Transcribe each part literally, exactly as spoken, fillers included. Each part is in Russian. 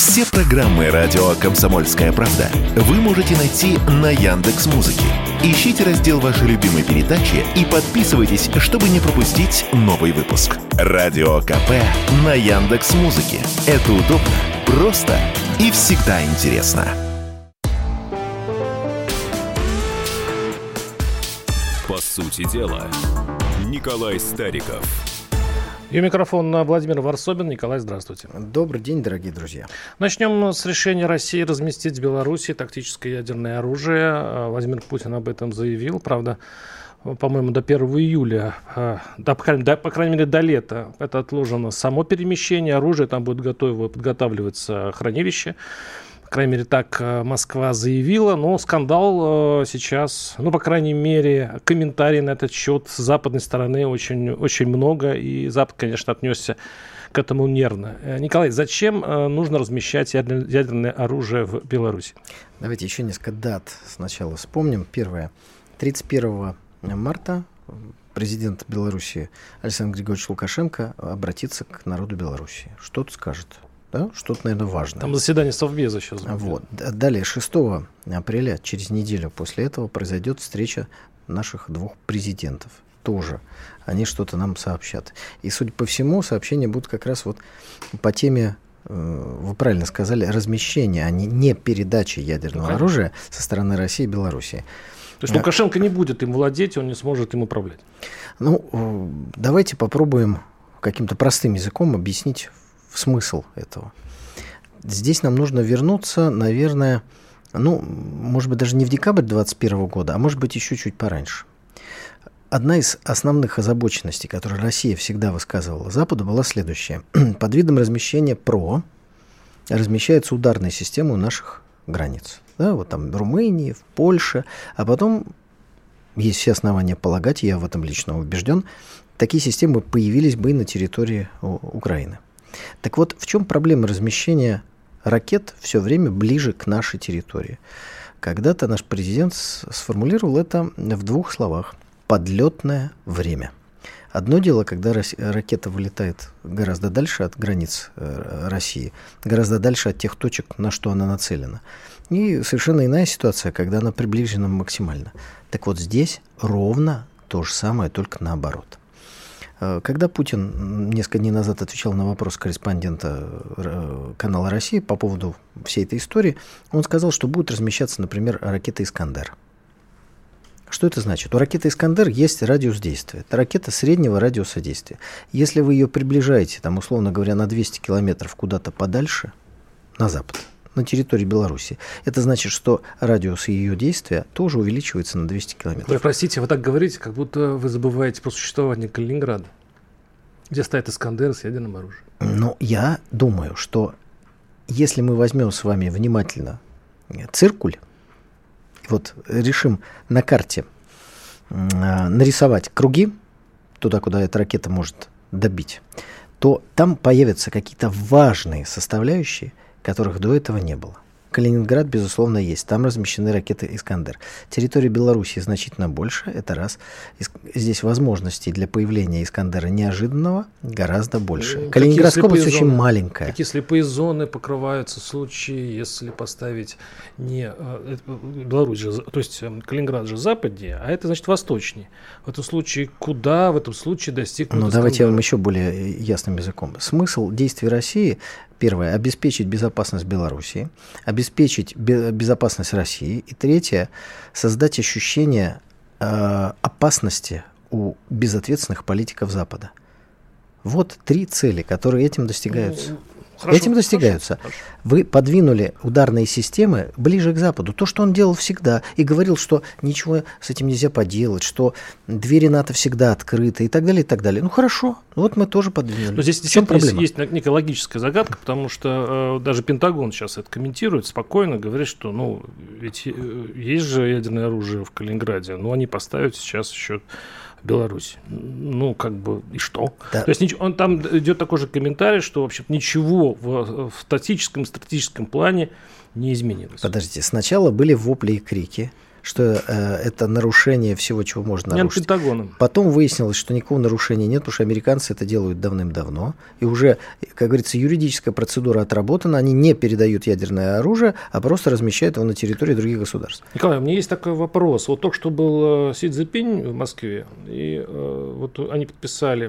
Все программы радио «Комсомольская правда» вы можете найти на Яндекс.Музыке. Ищите раздел вашей любимой передачи и подписывайтесь, чтобы не пропустить новый выпуск. Радио КП на Яндекс.Музыке. Это удобно, просто и всегда интересно. По сути дела, Николай Стариков. И у микрофона Владимир Варсобин. Николай, здравствуйте. Добрый день, дорогие друзья. Начнем с решения России разместить в Беларуси тактическое ядерное оружие. Владимир Путин об этом заявил. Правда, по-моему, до первого июля, до, по крайней мере, до лета, это отложено само перемещение оружия. Там будет готово подготавливаться хранилище. По крайней мере, так Москва заявила. Но скандал сейчас, ну, по крайней мере, комментарий на этот счет с западной стороны очень, очень много. И Запад, конечно, отнесся к этому нервно. Николай, зачем нужно размещать ядерное оружие в Беларуси? Давайте еще несколько дат сначала вспомним. Первое. тридцать первого марта президент Беларуси Александр Григорьевич Лукашенко обратится к народу Беларуси. Что-то скажет. Да? Что-то, наверное, важное. Там заседание Совбеза сейчас будет. Вот. Далее, шестого апреля, через неделю после этого, произойдет встреча наших двух президентов. Тоже они что-то нам сообщат. И, судя по всему, сообщения будут как раз вот по теме, вы правильно сказали, размещения, а не, не передачи ядерного ну, оружия со стороны России и Белоруссии. То есть Лукашенко не будет им владеть, он не сможет им управлять? Ну, давайте попробуем каким-то простым языком объяснить смысл этого. Здесь нам нужно вернуться, наверное, ну, может быть, даже не в декабрь двадцать первого года, а может быть, еще чуть пораньше. Одна из основных озабоченностей, которую Россия всегда высказывала Западу, была следующая. Под видом размещения ПРО размещается ударная система у наших границ. Да, вот там в Румынии, в Польше, а потом есть все основания полагать, я в этом лично убежден, такие системы появились бы и на территории Украины. Так вот, в чем проблема размещения ракет все время ближе к нашей территории? Когда-то наш президент сформулировал это в двух словах. Подлетное время. Одно дело, когда ракета вылетает гораздо дальше от границ России, гораздо дальше от тех точек, на что она нацелена. И совершенно иная ситуация, когда она приближена максимально. Так вот, здесь ровно то же самое, только наоборот. Когда Путин несколько дней назад отвечал на вопрос корреспондента канала «Россия» по поводу всей этой истории, он сказал, что будет размещаться, например, ракета «Искандер». Что это значит? У ракеты «Искандер» есть радиус действия. Это ракета среднего радиуса действия. Если вы ее приближаете, там, условно говоря, на двести километров куда-то подальше, на запад, на территории Беларуси, это значит, что радиус ее действия тоже увеличивается на двести километров. Вы простите, вы так говорите, как будто вы забываете про существование Калининграда, где стоит «Искандер» с ядерным оружием. Ну, я думаю, что если мы возьмем с вами внимательно циркуль, вот решим на карте э, нарисовать круги, туда, куда эта ракета может добить, то там появятся какие-то важные составляющие, которых до этого не было. Калининград, безусловно, есть. Там размещены ракеты «Искандер». Территория Беларуси значительно больше. Это раз. Здесь возможностей для появления «Искандера» неожиданного гораздо больше. Калининградская область очень маленькая. Такие слепые зоны покрываются в случае, если поставить не... Беларусь же, то есть Калининград же западнее, а это значит восточнее. В этом случае куда в этом случае достигнуть? Ну, давайте я вам еще более ясным языком. Смысл действий России... Первое – обеспечить безопасность Белоруссии, обеспечить бе- безопасность России. И третье – создать ощущение э, опасности у безответственных политиков Запада. Вот три цели, которые этим достигаются. Хорошо, этим достигаются. Хорошо, хорошо. Вы подвинули ударные системы ближе к Западу. То, что он делал всегда, и говорил, что ничего с этим нельзя поделать, что двери НАТО всегда открыты и так далее, и так далее. Ну хорошо, вот мы тоже подвинули. Но здесь действительно есть, есть некая логическая загадка, потому что э, даже Пентагон сейчас это комментирует спокойно, говорит, что ну, ведь э, есть же ядерное оружие в Калининграде, но они поставят сейчас еще Беларусь. Ну, как бы, и что? Да. То есть ничего, он, там идет такой же комментарий, что вообще ничего в, в тактическом, стратегическом плане не изменилось. Подождите, сначала были вопли и крики что э, это нарушение всего, чего можно нарушить. Пентагоном. Потом выяснилось, что никакого нарушения нет, потому что американцы это делают давным-давно. И уже, как говорится, юридическая процедура отработана. Они не передают ядерное оружие, а просто размещают его на территории других государств. Николай, у меня есть такой вопрос. Вот только что был Си Цзиньпинь в Москве, и э, вот они подписали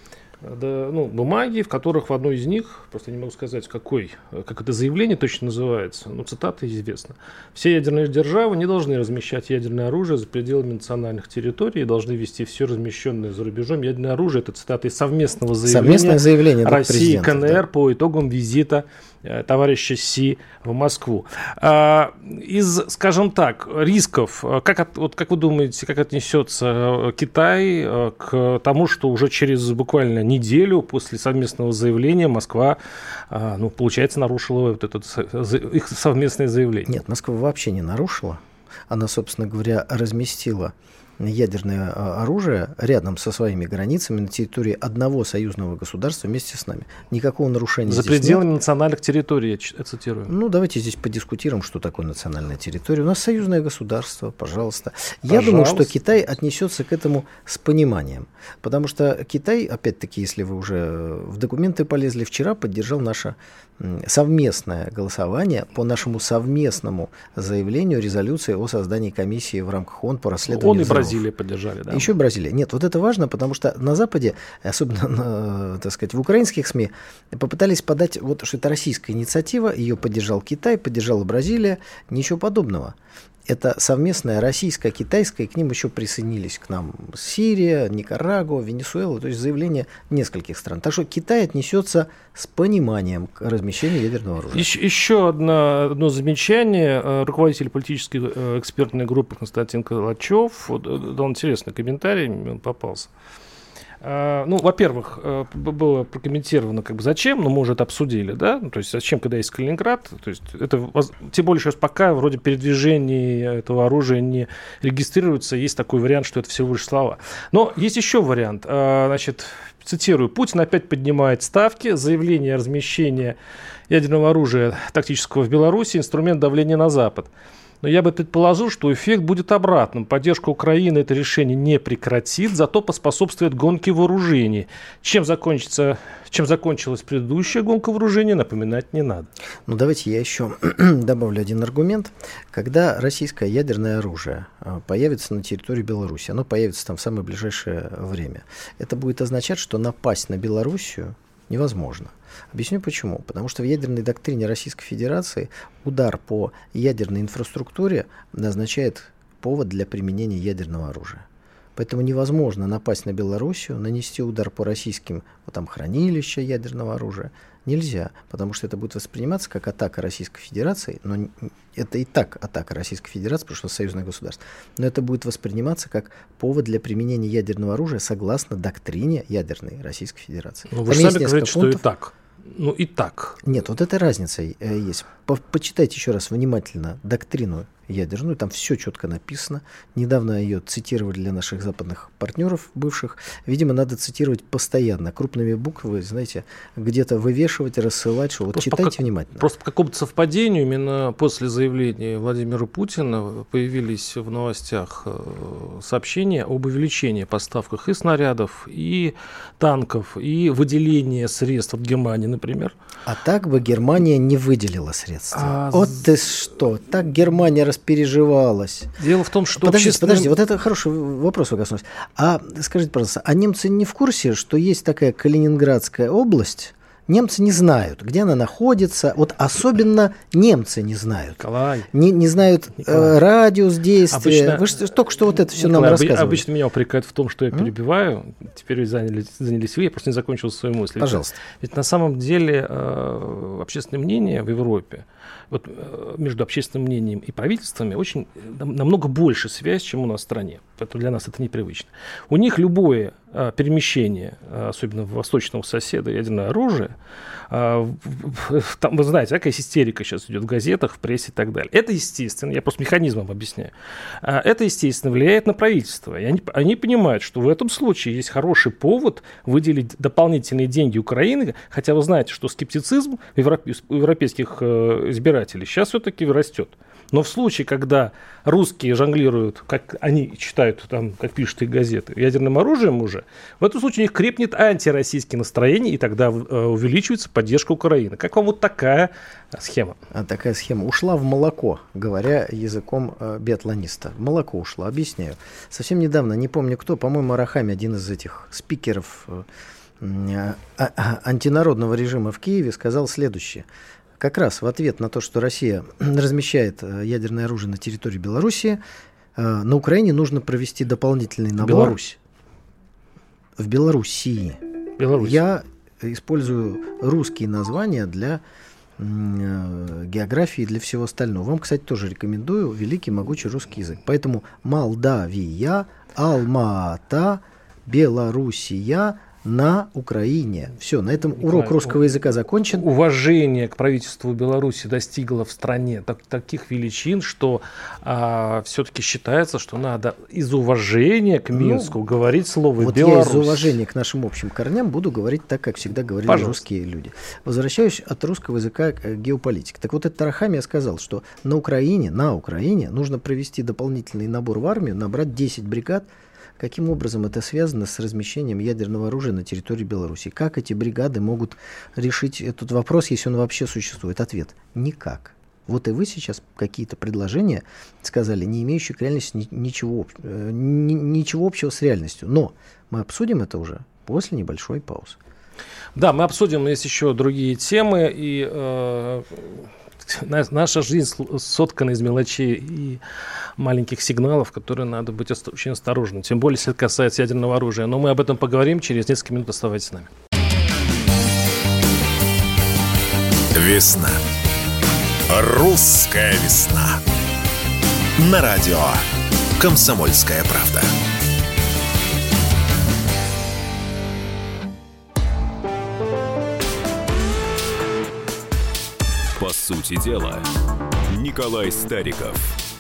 да, ну, бумаги, в которых в одной из них, просто не могу сказать, какой, как это заявление точно называется, но цитата известна. Все ядерные державы не должны размещать ядерное оружие за пределами национальных территорий и должны вести все размещенное за рубежом ядерное оружие. Это цитата из совместного заявления, заявление России и КНР да. по итогам визита товарища Си в Москву. А, из, скажем так, рисков, как, вот, как вы думаете, как отнесется Китай к тому, что уже через буквально неделю после совместного заявления Москва, ну, получается, нарушила вот это их совместное заявление? Нет, Москва вообще не нарушила. Она, собственно говоря, разместила ядерное оружие рядом со своими границами на территории одного союзного государства вместе с нами. Никакого нарушения за здесь нет. За пределами национальных территорий, я цитирую. Ну, давайте здесь подискутируем, что такое национальная территория. У нас союзное государство, пожалуйста. пожалуйста. Я думаю, что Китай отнесется к этому с пониманием. Потому что Китай, опять-таки, если вы уже в документы полезли, вчера поддержал наше совместное голосование по нашему совместному заявлению резолюции о создании комиссии в рамках ООН по расследованию Он и взрывов. Бразилия поддержали, да? Еще и Бразилия. Нет, вот это важно, потому что на Западе, особенно, на, так сказать, в украинских СМИ, попытались подать, вот, что это российская инициатива, ее поддержал Китай, поддержала Бразилия, ничего подобного. Это совместная российско-китайская, и к ним еще присоединились к нам Сирия, Никарагуа, Венесуэла, то есть заявления нескольких стран. Так что Китай отнесется с пониманием к размещению ядерного оружия. Еще, еще одно, одно замечание. Руководитель политической экспертной группы Константин Калачев, вот, дал интересный комментарий, он попался. Ну, во-первых, было прокомментировано, как бы зачем, но мы уже это обсудили, да, ну, то есть зачем, когда есть Калининград, то есть это, тем более сейчас пока вроде передвижение этого оружия не регистрируется, есть такой вариант, что это всего лишь слова. Но есть еще вариант, значит, цитирую, Путин опять поднимает ставки, заявление о размещении ядерного оружия тактического в Беларуси, инструмент давления на Запад. Но я бы предположил, что эффект будет обратным. Поддержка Украины это решение не прекратит, зато поспособствует гонке вооружений. Чем, закончится, чем закончилась предыдущая гонка вооружений, напоминать не надо. Ну, давайте я еще добавлю один аргумент. Когда российское ядерное оружие появится на территории Беларуси, оно появится там в самое ближайшее время, это будет означать, что напасть на Белоруссию невозможно. Объясню почему. Потому что в ядерной доктрине Российской Федерации удар по ядерной инфраструктуре означает повод для применения ядерного оружия. Поэтому невозможно напасть на Белоруссию, нанести удар по российским вот там, хранилищам ядерного оружия. Нельзя, потому что это будет восприниматься как атака Российской Федерации, но это и так атака Российской Федерации, потому что это союзное государство. Но это будет восприниматься как повод для применения ядерного оружия согласно доктрине ядерной Российской Федерации. Но вы же сами говорите, что и так. Ну и так. Нет, вот эта разница есть. Почитайте еще раз внимательно доктрину ядерную, там все четко написано. Недавно ее цитировали для наших западных партнеров бывших. Видимо, надо цитировать постоянно, крупными буквами, знаете, где-то вывешивать, рассылать, что вот просто читайте по, внимательно. Просто по какому-то совпадению именно после заявления Владимира Путина появились в новостях сообщения об увеличении поставках и снарядов, и танков, и выделения средств от Германии, например. А так бы Германия не выделила средства. А... Вот ты что, так Германия распереживалась. Дело в том, что... Подождите, общественным... подождите, вот это хороший вопрос вы коснулись. А скажите, пожалуйста, а немцы не в курсе, что есть такая Калининградская область? Немцы не знают, где она находится. Вот особенно немцы не знают. Николай. Не, не знают э, радиус действия. Обычно... Вы же только что вот это все Николай, нам рассказывали. Обычно меня упрекают в том, что я перебиваю. М? Теперь занялись, занялись вы. Я просто не закончил свою мысль. Пожалуйста. Ведь на самом деле э, общественное мнение в Европе, вот, э, между общественным мнением и правительствами очень намного больше связь, чем у нас в стране. Поэтому для нас это непривычно. У них любое перемещения, особенно восточного соседа, ядерное оружие, там, вы знаете, какая истерика сейчас идет в газетах, в прессе и так далее. Это, естественно, я просто механизмом объясняю, это, естественно, влияет на правительство. И они, они понимают, что в этом случае есть хороший повод выделить дополнительные деньги Украине, хотя вы знаете, что скептицизм у европейских избирателей сейчас все-таки растет. Но в случае, когда русские жонглируют, как они читают, там, как пишут их газеты, ядерным оружием уже, в этом случае у них крепнет антироссийские настроения, и тогда э, увеличивается поддержка Украины. Как вам вот такая схема? А такая схема ушла в молоко, говоря языком э, биатлониста. В молоко ушла, объясняю. Совсем недавно, не помню кто, по-моему, Арахами, один из этих спикеров э, э, э, антинародного режима в Киеве, сказал следующее. Как раз в ответ на то, что Россия размещает ядерное оружие на территории Белоруссии, на Украине нужно провести дополнительный набор. Беларусь. В Белоруссии. Беларусь. Я использую русские названия для географии и для всего остального. Вам, кстати, тоже рекомендую великий могучий русский язык. Поэтому Молдавия, Алма-Ата, Белоруссия на Украине. Все, на этом Николай, урок русского языка закончен. Уважение к правительству Беларуси достигло в стране так, таких величин, что а, все-таки считается, что надо из уважения к Минску ну, говорить слово вот Беларусь. Я из уважения к нашим общим корням буду говорить так, как всегда говорили Пожалуйста. Русские люди. Возвращаюсь от русского языка к геополитике. Так вот, этот Арахамия сказал, что на Украине, на Украине нужно провести дополнительный набор в армию, набрать десять бригад. Каким образом это связано с размещением ядерного оружия на территории Беларуси? Как эти бригады могут решить этот вопрос, если он вообще существует? Ответ – никак. Вот и вы сейчас какие-то предложения сказали, не имеющие к реальности ничего, ничего общего с реальностью. Но мы обсудим это уже после небольшой паузы. Да, мы обсудим, есть еще другие темы, и э, наша жизнь соткана из мелочей и маленьких сигналов, которые надо быть очень осторожным, тем более, если это касается ядерного оружия. Но мы об этом поговорим через несколько минут. Оставайтесь с нами. Весна. Русская весна. На радио «Комсомольская правда». По сути дела, Николай Стариков.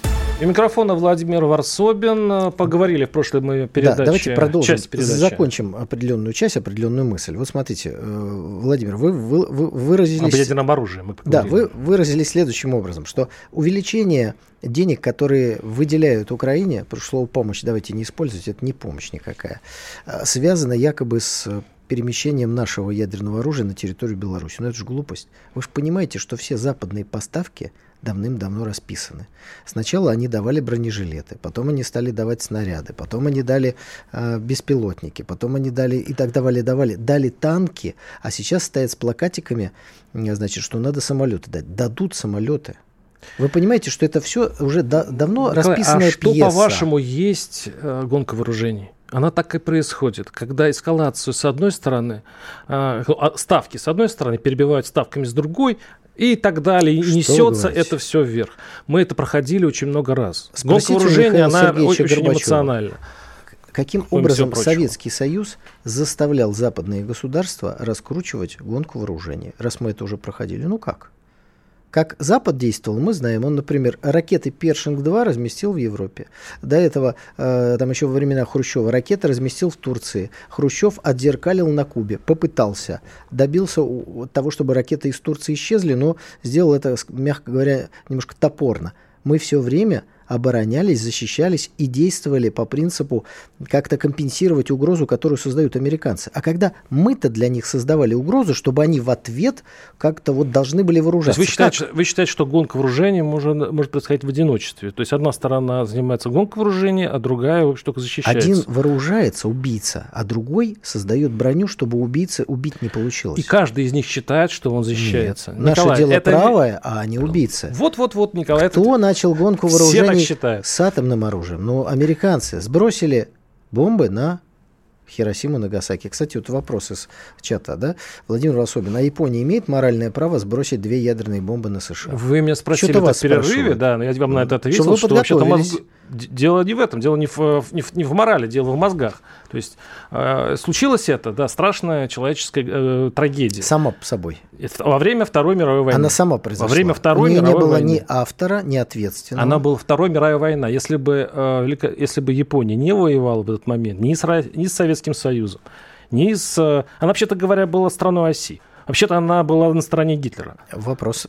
У микрофона Владимир Варсобин. Поговорили в прошлой моей передаче. Да, давайте продолжим, закончим определенную часть, определенную мысль. Вот смотрите, Владимир, вы, вы, вы выразились... Об ядерном оружии мы поговорили. Да, вы выразились следующим образом, что увеличение денег, которые выделяют Украине, потому что слово «помощь» давайте не использовать, это не помощь никакая, связано якобы с перемещением нашего ядерного оружия на территорию Беларуси. Но это же глупость. Вы же понимаете, что все западные поставки давным-давно расписаны. Сначала они давали бронежилеты, потом они стали давать снаряды, потом они дали э, беспилотники, потом они дали и так давали, давали, дали танки, а сейчас стоят с плакатиками, значит, что надо самолеты дать. Дадут самолеты. Вы понимаете, что это все уже да, давно Николай, расписанная а что, пьеса. по-вашему, есть э, гонка вооружений? Она так и происходит, когда эскалацию с одной стороны, э, ставки с одной стороны перебивают ставками с другой, и так далее, и несется это все вверх. Мы это проходили очень много раз. Гонка вооружений, она очень Горбачева. Эмоциональна. Каким образом Советский Союз заставлял западные государства раскручивать гонку вооружений, раз мы это уже проходили? Ну как? Как Запад действовал, мы знаем. Он, например, ракеты Першинг-два разместил в Европе. До этого, э, там еще во времена Хрущева, ракеты разместил в Турции. Хрущев отзеркалил на Кубе, попытался. Добился того, чтобы ракеты из Турции исчезли, но сделал это, мягко говоря, немножко топорно. Мы все время оборонялись, защищались и действовали по принципу как-то компенсировать угрозу, которую создают американцы. А когда мы-то для них создавали угрозу, чтобы они в ответ как-то вот должны были вооружаться. То есть вы считаете, вы считаете, что гонка вооружений может, может происходить в одиночестве? То есть одна сторона занимается гонкой вооружений, а другая вообще только защищается? Один вооружается, убийца, а другой создает броню, чтобы убийце убить не получилось. И каждый из них считает, что он защищается. Нет. Наше дело это... правое, а не убийца. Вот-вот-вот, Николай. Кто это... начал гонку вооружений считают. С атомным оружием? Ну, американцы сбросили бомбы на Хиросиму и Нагасаки. Кстати, вот вопрос из чата, да? Владимир Варсобин, а Япония имеет моральное право сбросить две ядерные бомбы на США? Вы меня спросили это в перерыве, да, но я вам на это ответил, что, что вообще-то мозг... дело не в этом, дело не в, не в, не в морали, дело в мозгах. То есть э, случилось это, да, страшная человеческая э, трагедия. Сама по собой. Это во время Второй мировой войны. Она сама произошла. Во время Второй У нее мировой не было войны. ни автора, ни ответственного. Она была Второй мировая война. Если бы, э, Велико... Если бы Япония не воевала в этот момент ни с, Ро... ни с Советским Союзом, ни с... Она, вообще-то говоря, была страной оси. Вообще-то она была на стороне Гитлера. Вопрос...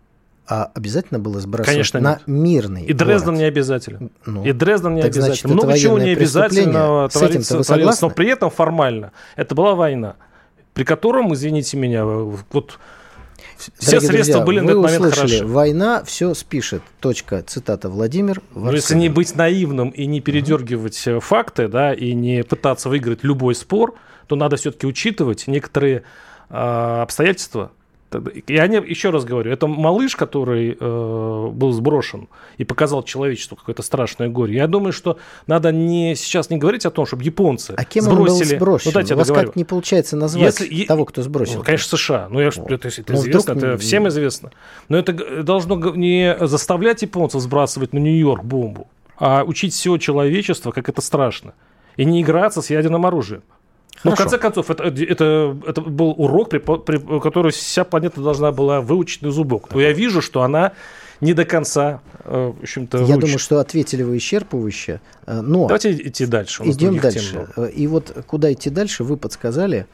А обязательно было сбрасывать Конечно, на нет. мирный И Дрезден город? не обязательно. Ну, и Дрезден не так обязательно. значит, это Много чего не военное обязательного преступление. С этим-то вы творилось, согласны? но при этом формально это была война, при котором, извините меня, вот все Дорогие средства друзья, были на вы этот момент услышали, хороши. война все спишет. Точка, цитата Владимир. Но если не быть наивным и не передергивать угу. факты, да, и не пытаться выиграть любой спор, то надо все-таки учитывать некоторые э, обстоятельства. Я не, еще раз говорю, это малыш, который э, был сброшен и показал человечеству какое-то страшное горе. Я думаю, что надо не, сейчас не говорить о том, чтобы японцы а кем сбросили... он был сброшен? Ну, дайте У вас договорю. Как не получается назвать Если... того, кто сбросил? Ну, конечно, США. Ну, я, вот. это, это Но известно, вдруг... это всем известно. Но это должно не заставлять японцев сбрасывать на Нью-Йорк бомбу, а учить все человечество, как это страшно. И не играться с ядерным оружием. Но в конце концов, это, это, это был урок, при, при, который вся планета должна была выучить на зубок. Но я вижу, что она не до конца, в общем-то, Я выучит. думаю, что ответили вы исчерпывающе. Но давайте идти дальше. Идем дальше. И вот куда идти дальше, вы подсказали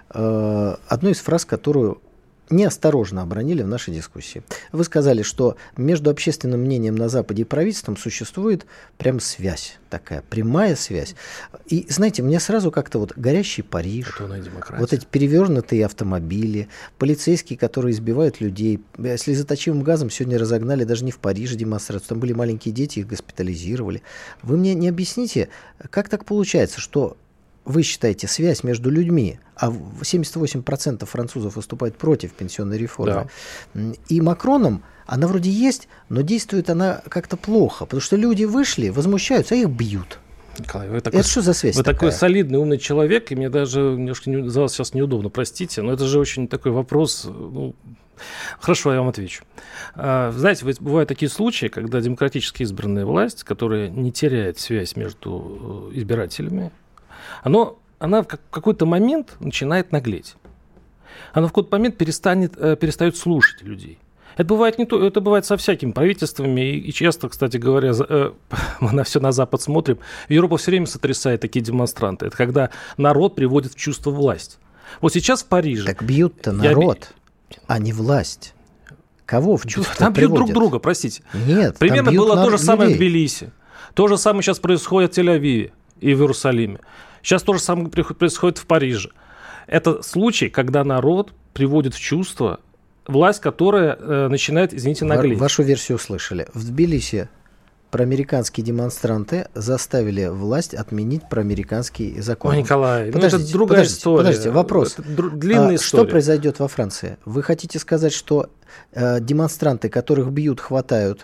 одну из фраз, которую неосторожно обронили в нашей дискуссии. Вы сказали, что между общественным мнением на Западе и правительством существует прям связь, такая прямая связь. И, знаете, мне сразу как-то вот горящий Париж, вот эти перевернутые автомобили, полицейские, которые избивают людей, слезоточивым газом сегодня разогнали даже не в Париже демонстрацию, там были маленькие дети, их госпитализировали. Вы мне не объясните, как так получается, что вы считаете связь между людьми, а семьдесят восемь процентов французов выступают против пенсионной реформы, да. И Макроном она вроде есть, но действует она как-то плохо, потому что люди вышли, возмущаются, а их бьют. Николай, вы такой, это что за связь Вы такая? такой солидный, умный человек, и мне даже немножко не, за вас сейчас неудобно, простите, но это же очень такой вопрос... Ну, хорошо, я вам отвечу. Знаете, бывают такие случаи, когда демократически избранная власть, которая не теряет связь между избирателями, Оно, она в какой-то момент начинает наглеть. Она в какой-то момент перестанет, перестает слушать людей. Это бывает, не то, это бывает со всякими правительствами. И, и часто, кстати говоря, э, мы на все на Запад смотрим. Европа все время сотрясает такие демонстранты. Это когда народ приводит в чувство власть. Вот сейчас в Париже... Так бьют-то народ, я... а не власть. Кого в чувство Там приводят? бьют друг друга, простите. Нет, примерно было то же людей. самое в Тбилиси. То же самое сейчас происходит в Тель-Авиве и в Иерусалиме. Сейчас то же самое происходит в Париже. Это случай, когда народ приводит в чувство власть, которая э, начинает, извините, наглеть. Вашу версию услышали. В Тбилиси проамериканские демонстранты заставили власть отменить проамериканский закон. Ой, Николай, подождите, ну это другая подождите, история. Подождите, вопрос. Это др- длинная а, история. Что произойдет во Франции? Вы хотите сказать, что э, демонстранты, которых бьют, хватают,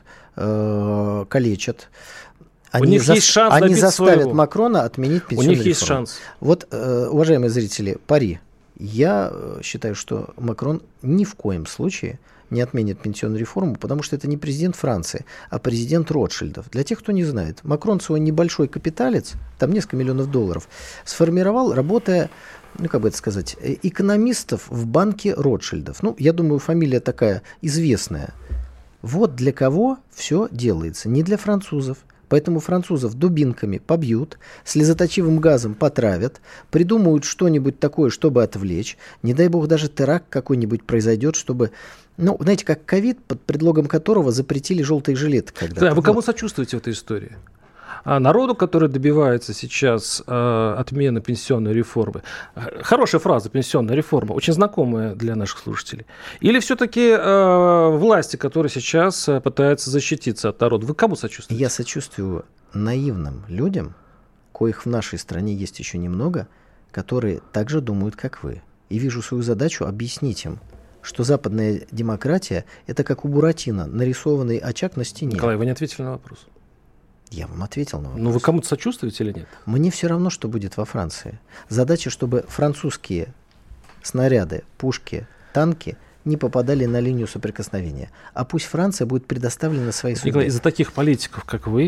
э, калечат, У Они, них за... есть шанс Они заставят своего. Макрона отменить пенсионную реформу. У них есть шанс. Вот, э, уважаемые зрители, пари. Я считаю, что Макрон ни в коем случае не отменит пенсионную реформу, потому что это не президент Франции, а президент Ротшильдов. Для тех, кто не знает, Макрон свой небольшой капиталец, там несколько миллионов долларов, сформировал, работая, ну, как бы это сказать, экономистов в банке Ротшильдов. Ну, я думаю, фамилия такая известная. Вот для кого все делается. Не для французов. Поэтому французов дубинками побьют, слезоточивым газом потравят, придумают что-нибудь такое, чтобы отвлечь. Не дай бог, даже теракт какой-нибудь произойдет, чтобы... Ну, знаете, как ковид, под предлогом которого запретили желтые жилеты когда-то. Да, вы кому вот. сочувствуете в этой истории? А народу, который добивается сейчас э, отмены пенсионной реформы. Хорошая фраза «пенсионная реформа», очень знакомая для наших слушателей. Или все-таки э, власти, которые сейчас э, пытаются защититься от народа. Вы кому сочувствуете? Я сочувствую наивным людям, коих в нашей стране есть еще немного, которые также думают, как вы. И вижу свою задачу объяснить им, что западная демократия – это как у Буратино, нарисованный очаг на стене. Николай, вы не ответили на вопрос. Я вам ответил на вопрос. Ну, вы кому-то сочувствуете или нет? Мне все равно, что будет во Франции. Задача, чтобы французские снаряды, пушки, танки не попадали на линию соприкосновения. А пусть Франция будет предоставлена своей судьбе. Николай, из-за таких политиков, как вы,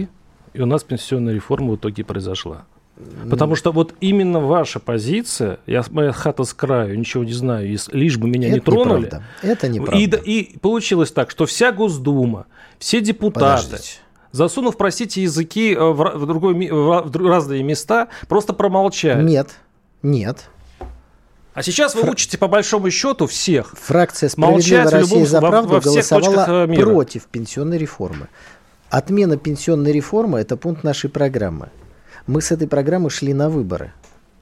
и у нас пенсионная реформа в итоге произошла. Потому что вот именно ваша позиция, я, моя хата с краю, ничего не знаю, если, лишь бы меня это не тронули. Неправда. Это неправда. И, и получилось так, что вся Госдума, все депутаты, Подождите. засунув, простите, языки в, в, другой, в разные места, просто промолчали. Нет, нет. А сейчас вы Фра... учите, по большому счету, всех. Фракция «Справедливая Россия за правду» во, во голосовала против пенсионной реформы. Отмена пенсионной реформы – это пункт нашей программы. Мы с этой программы шли на выборы.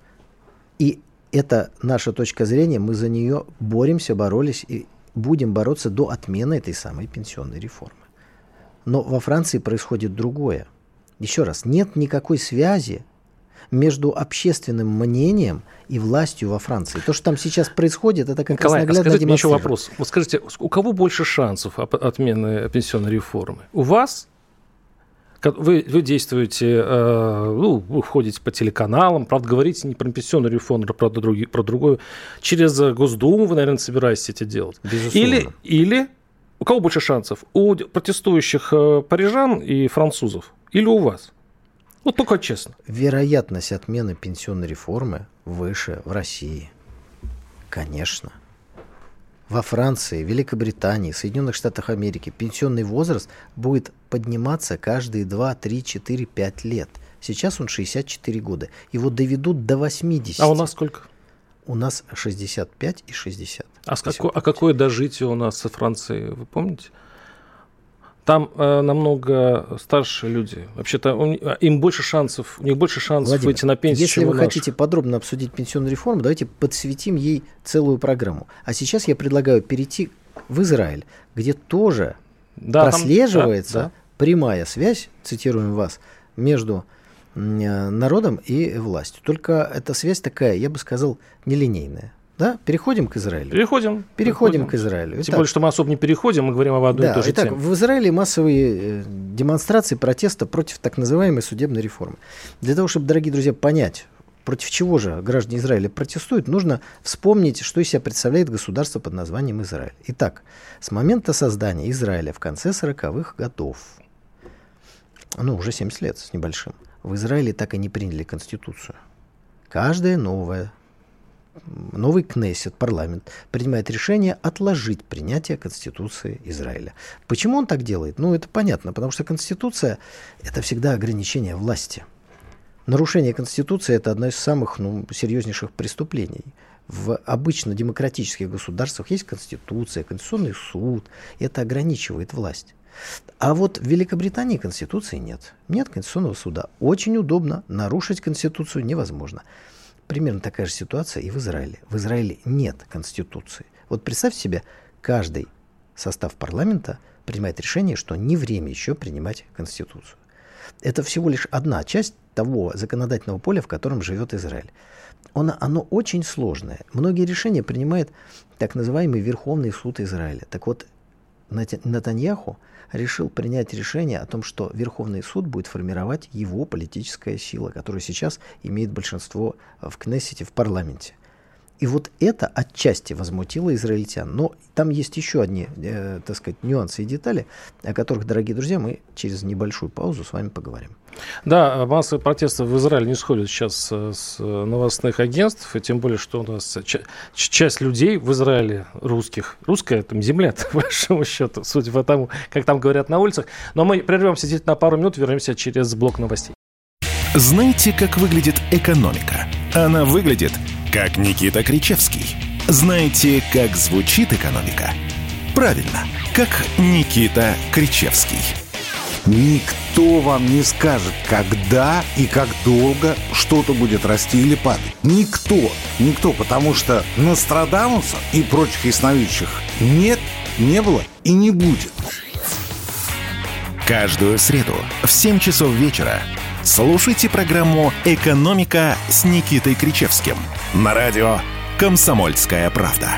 И это наша точка зрения, мы за нее боремся, боролись и будем бороться до отмены этой самой пенсионной реформы. Но во Франции происходит другое. Еще раз, нет никакой связи между общественным мнением и властью во Франции. То, что там сейчас происходит, это как Николай, раз наглядно скажите мне еще демонстрирует. вопрос. Вот скажите, у кого больше шансов отмены пенсионной реформы? У вас? Вы, вы действуете, э, ну, вы ходите по телеканалам, правда, говорите не про пенсионную реформу, а про, други, про другую. Через Госдуму вы, наверное, собираетесь это делать. Безусловно. Или, или у кого больше шансов? У протестующих парижан и французов? Или у вас? Вот только честно. Вероятность отмены пенсионной реформы выше в России. Конечно. Во Франции, Великобритании, Соединенных Штатах Америки пенсионный возраст будет подниматься каждые два, три, четыре, пять лет. Сейчас он шестьдесят четыре года. Его доведут до восьмидесяти. А у нас сколько? У нас шестьдесят пять и шестьдесят. А, с какой, а какое дожитие у нас со Францией, вы помните? Там э, намного старше люди. Вообще-то он, им больше шансов, у них больше шансов Владимир, выйти на пенсию, если чем вы у наших. хотите подробно обсудить пенсионную реформу, давайте подсветим ей целую программу. А сейчас я предлагаю перейти в Израиль, где тоже да, прослеживается там, да, да. прямая связь, цитируем вас, между народом и властью. Только эта связь такая, я бы сказал, нелинейная. Да? Переходим к Израилю. Переходим. Переходим, переходим к Израилю. Тем итак, более, что мы особо не переходим, мы говорим об одной да, и той же итак, теме. В Израиле массовые демонстрации протеста против так называемой судебной реформы. Для того, чтобы, дорогие друзья, понять, против чего же граждане Израиля протестуют, нужно вспомнить, что из себя представляет государство под названием Израиль. Итак, с момента создания Израиля в конце сороковых годов, ну, уже семьдесят лет с небольшим, в Израиле так и не приняли конституцию. Каждая новая Новый Кнессет, парламент, принимает решение отложить принятие Конституции Израиля. Почему он так делает? Ну, это понятно, потому что Конституция – это всегда ограничение власти. Нарушение Конституции – это одно из самых ну, серьезнейших преступлений. В обычно демократических государствах есть Конституция, Конституционный суд, и это ограничивает власть. А вот в Великобритании Конституции нет. Нет Конституционного суда. Очень удобно, нарушить Конституцию невозможно. Примерно такая же ситуация и в Израиле. В Израиле нет Конституции. Вот представьте себе, каждый состав парламента принимает решение, что не время еще принимать Конституцию. Это всего лишь одна часть того законодательного поля, в котором живет Израиль. Оно, оно очень сложное. Многие решения принимает так называемый Верховный суд Израиля. Так вот, Нетаньяху решил принять решение о том, что Верховный суд будет формировать его политическая сила, которая сейчас имеет большинство в Кнессете, в парламенте. И вот это отчасти возмутило израильтян. Но там есть еще одни, э, так сказать, нюансы и детали, о которых, дорогие друзья, мы через небольшую паузу с вами поговорим. Да, массовые протесты в Израиле не сходят сейчас с новостных агентств, и тем более, что у нас часть людей в Израиле русских, русская там земля, по большому счету, судя по тому, как там говорят на улицах. Но мы прервемся здесь на пару минут, вернемся через блок новостей. Знаете, как выглядит экономика? Она выглядит как Никита Кричевский. Знаете, как звучит экономика? Правильно, как Никита Кричевский. Никто вам не скажет, когда и как долго что-то будет расти или падать. Никто. Никто, потому что Нострадамуса и прочих ясновидящих нет, не было и не будет. Каждую среду в семь часов вечера слушайте программу «Экономика» с Никитой Кричевским на радио «Комсомольская правда».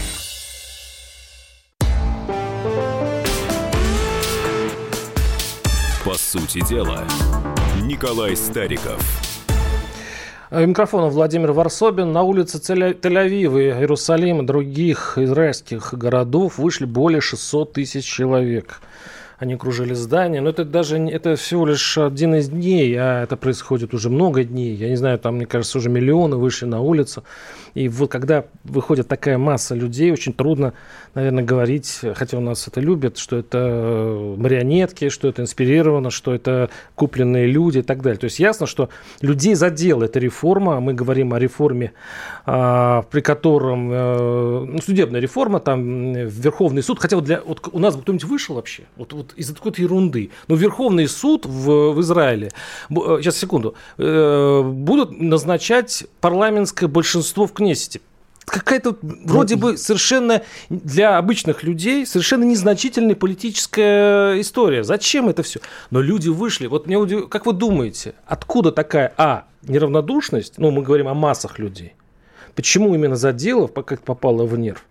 По сути дела, Николай Стариков. У микрофона Владимир Варсобин. На улице Тель-Авива, Иерусалима и других израильских городов вышли более шестьсот тысяч человек. они окружили здание. Но это даже это всего лишь один из дней, а это происходит уже много дней. Я не знаю, там, мне кажется, уже миллионы вышли на улицу. И вот когда выходит такая масса людей, очень трудно, наверное, говорить, хотя у нас это любят, что это марионетки, что это инспирировано, что это купленные люди и так далее. То есть ясно, что людей задела эта реформа. Мы говорим о реформе, а, при котором а, ну, судебная реформа, там Верховный суд, хотя вот, для, вот у нас кто-нибудь вышел вообще вот, вот из-за какой-то ерунды. Но Верховный суд в, в Израиле, сейчас, секунду, э, будут назначать парламентское большинство в Кнессете. Какая-то вроде бы совершенно для обычных людей совершенно незначительная политическая история. Зачем это все? Но люди вышли. Вот мне удив... Как вы думаете, откуда такая, а, неравнодушность, ну, мы говорим о массах людей, почему именно Заделов как попало в нерв?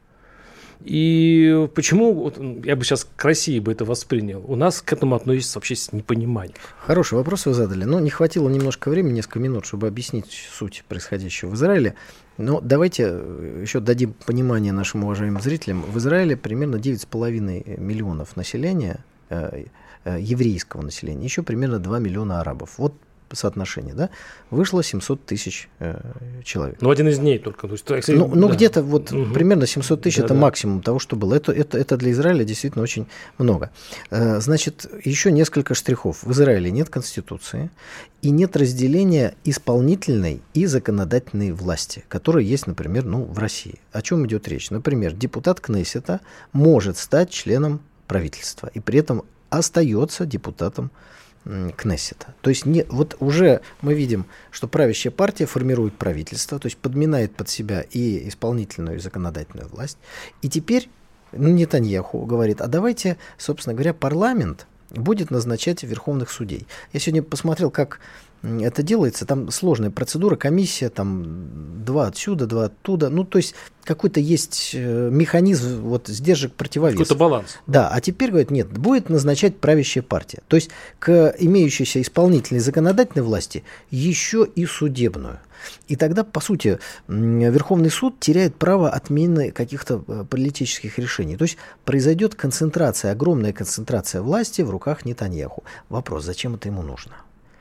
И почему, вот, я бы сейчас к России бы это воспринял, у нас к этому относится вообще с непониманием. Хороший вопрос вы задали. Но не хватило немножко времени, несколько минут, чтобы объяснить суть происходящего в Израиле. Но давайте еще дадим понимание нашим уважаемым зрителям. В Израиле примерно девять с половиной миллионов населения, э, э, еврейского населения, еще примерно два миллиона арабов. Вот соотношение, да, вышло семьсот тысяч э, человек. Ну, один из дней только. То есть, ну, ну да. Где-то вот угу. примерно семьсот тысяч, да, это да. максимум того, что было. Это, это, это для Израиля действительно очень много. Э, значит, еще несколько штрихов. В Израиле нет конституции и нет разделения исполнительной и законодательной власти, которая есть, например, ну, в России. О чем идет речь? Например, депутат Кнессета может стать членом правительства и при этом остается депутатом Кнессета. То есть не, вот уже мы видим, что правящая партия формирует правительство, то есть подминает под себя и исполнительную, и законодательную власть. И теперь ну, Нетаньяху говорит, а давайте, собственно говоря, парламент будет назначать верховных судей. Я сегодня посмотрел, как это делается. Там сложная процедура, комиссия, там два отсюда, два оттуда. Ну, то есть какой-то есть механизм вот, сдержек противовеса. Какой-то баланс. Да, а теперь, говорят, нет, будет назначать правящая партия. То есть к имеющейся исполнительной законодательной власти еще и судебную. И тогда, по сути, Верховный суд теряет право отмены каких-то политических решений. То есть произойдет концентрация, огромная концентрация власти в руках Нетаньяху. Вопрос, зачем это ему нужно?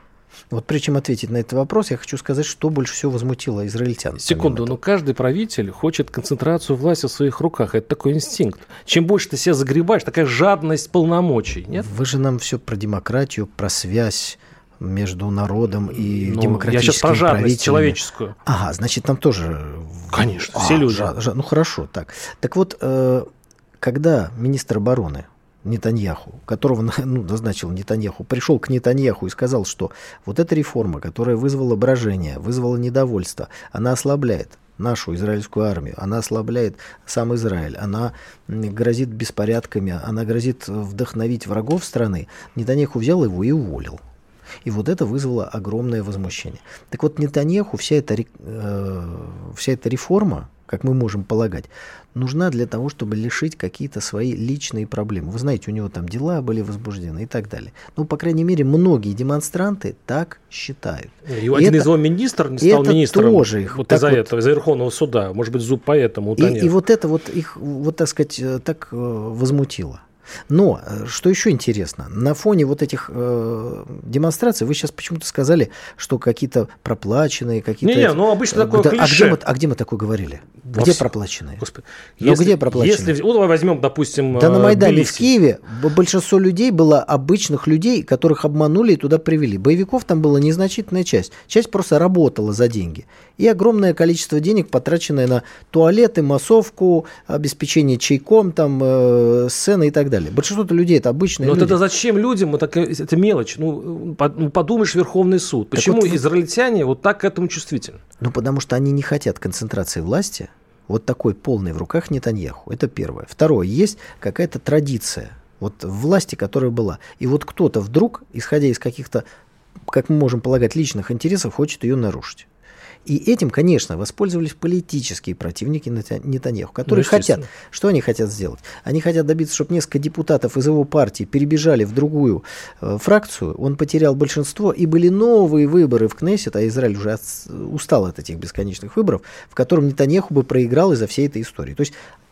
Вот прежде чем ответить на этот вопрос, я хочу сказать, что больше всего возмутило израильтян. Секунду, но каждый правитель хочет концентрацию власти в своих руках. Это такой инстинкт. Чем больше ты себя загребаешь, такая жадность полномочий, нет? Вы же нам все про демократию, про связь между народом и ну, демократическим я сейчас про жадность человеческую. Ага, значит, там тоже... Конечно, а, все люди. Жад, жад, ну, хорошо, так. Так вот, э, когда министр обороны Нетаньяху, которого ну, назначил Нетаньяху, пришел к Нетаньяху и сказал, что вот эта реформа, которая вызвала брожение, вызвала недовольство, она ослабляет нашу израильскую армию, она ослабляет сам Израиль, она грозит беспорядками, она грозит вдохновить врагов страны, Нетаньяху взял его и уволил. И вот это вызвало огромное возмущение. Так вот, Нетаньяху, вся эта, э, вся эта реформа, как мы можем полагать, нужна для того, чтобы решить какие-то свои личные проблемы. Вы знаете, у него там дела были возбуждены и так далее. Ну, по крайней мере, многие демонстранты так считают. И и один это, из его министров не стал министром. Тоже их. Вот из-за вот, этого, из-за Верховного суда. Может быть, зуб поэтому утонет. И, и вот это вот их, вот так сказать, так возмутило. Но, что еще интересно, на фоне вот этих э, демонстраций, вы сейчас почему-то сказали, что какие-то проплаченные, какие-то... Не-не, ну обычно такое да, клише. А где, мы, а где мы такое говорили? Во где вс... проплаченные? Господи. Ну если, где проплаченные? Если, вот возьмем, допустим, Да на Майдане Тбилиси. в Киеве большинство людей было обычных людей, которых обманули и туда привели. Боевиков там была незначительная часть. Часть просто работала за деньги. И огромное количество денег, потраченное на туалеты, массовку, обеспечение чайком, там, э, сцены и так далее. Большинство людей это обычные Но люди. Но тогда зачем людям? Это, это мелочь. Ну, подумаешь, Верховный суд. Почему вот израильтяне вот так к этому чувствительны? Ну, потому что они не хотят концентрации власти, вот такой полной в руках Нетаньяху. Это первое. Второе. Есть какая-то традиция вот власти, которая была. И вот кто-то вдруг, исходя из каких-то, как мы можем полагать, личных интересов, хочет ее нарушить. И этим, конечно, воспользовались политические противники Нетаньяху, которые ну, хотят... Что они хотят сделать? Они хотят добиться, чтобы несколько депутатов из его партии перебежали в другую э, фракцию, он потерял большинство, и были новые выборы в Кнессет, а Израиль уже от, устал от этих бесконечных выборов, в котором Нетаньяху бы проиграл из-за всей этой истории. То есть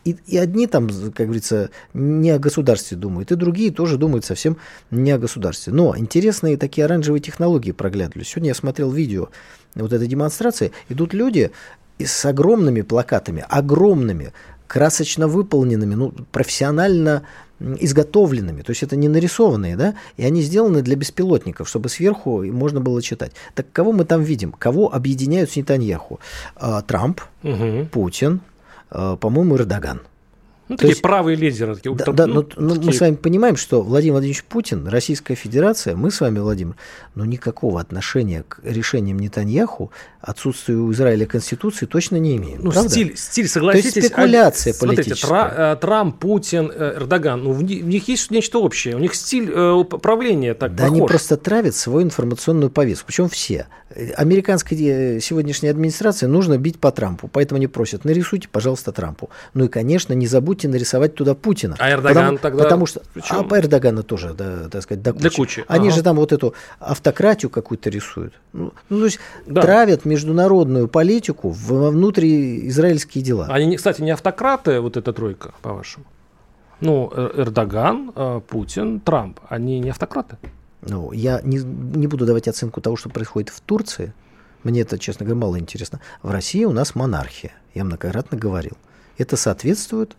и, и одни там, как говорится, не о государстве думают, и другие тоже думают совсем не о государстве. Но интересные такие оранжевые технологии проглядывались. Сегодня я смотрел видео вот этой демонстрации. Идут люди с огромными плакатами, огромными, красочно выполненными, ну, профессионально изготовленными, то есть это не нарисованные, да, и они сделаны для беспилотников, чтобы сверху можно было читать. Так кого мы там видим? Кого объединяют с Нетаньяху? А, Трамп, угу. Путин, а, по-моему, Эрдоган. Ну, такие есть, правые лидеры. Такие, да, там, да, ну, но, такие... мы с вами понимаем, что Владимир Владимирович Путин, Российская Федерация, мы с вами, Владимир, ну, никакого отношения к решениям Нетаньяху, отсутствию у Израиля Конституции точно не имеем. Ну, правда? стиль, стиль, согласитесь. То есть спекуляция а, политическая. Смотрите, Трамп, Путин, Эрдоган, ну, в них есть нечто общее. У них стиль э, правления так да, похож. Они просто травят свою информационную повестку. Причем все. Американской сегодняшней администрации нужно бить по Трампу. Поэтому они просят, нарисуйте, пожалуйста, Трампу. Ну и, конечно, не забудьте нарисовать туда Путина. А Эрдоган потому, тогда... Потому что... Причем... А по Эрдогану тоже, да, так сказать, до кучи. Для кучи. Они ага. же там вот эту автократию какую-то рисуют. Ну, то есть да. травят международную политику во внутриизраильские дела. Они, кстати, не автократы, вот эта тройка, по-вашему? Ну, Эрдоган, Путин, Трамп, они не автократы? Ну, я не, не буду давать оценку того, что происходит в Турции. Мне это, честно говоря, мало интересно. В России у нас монархия. Я многократно говорил. Это соответствует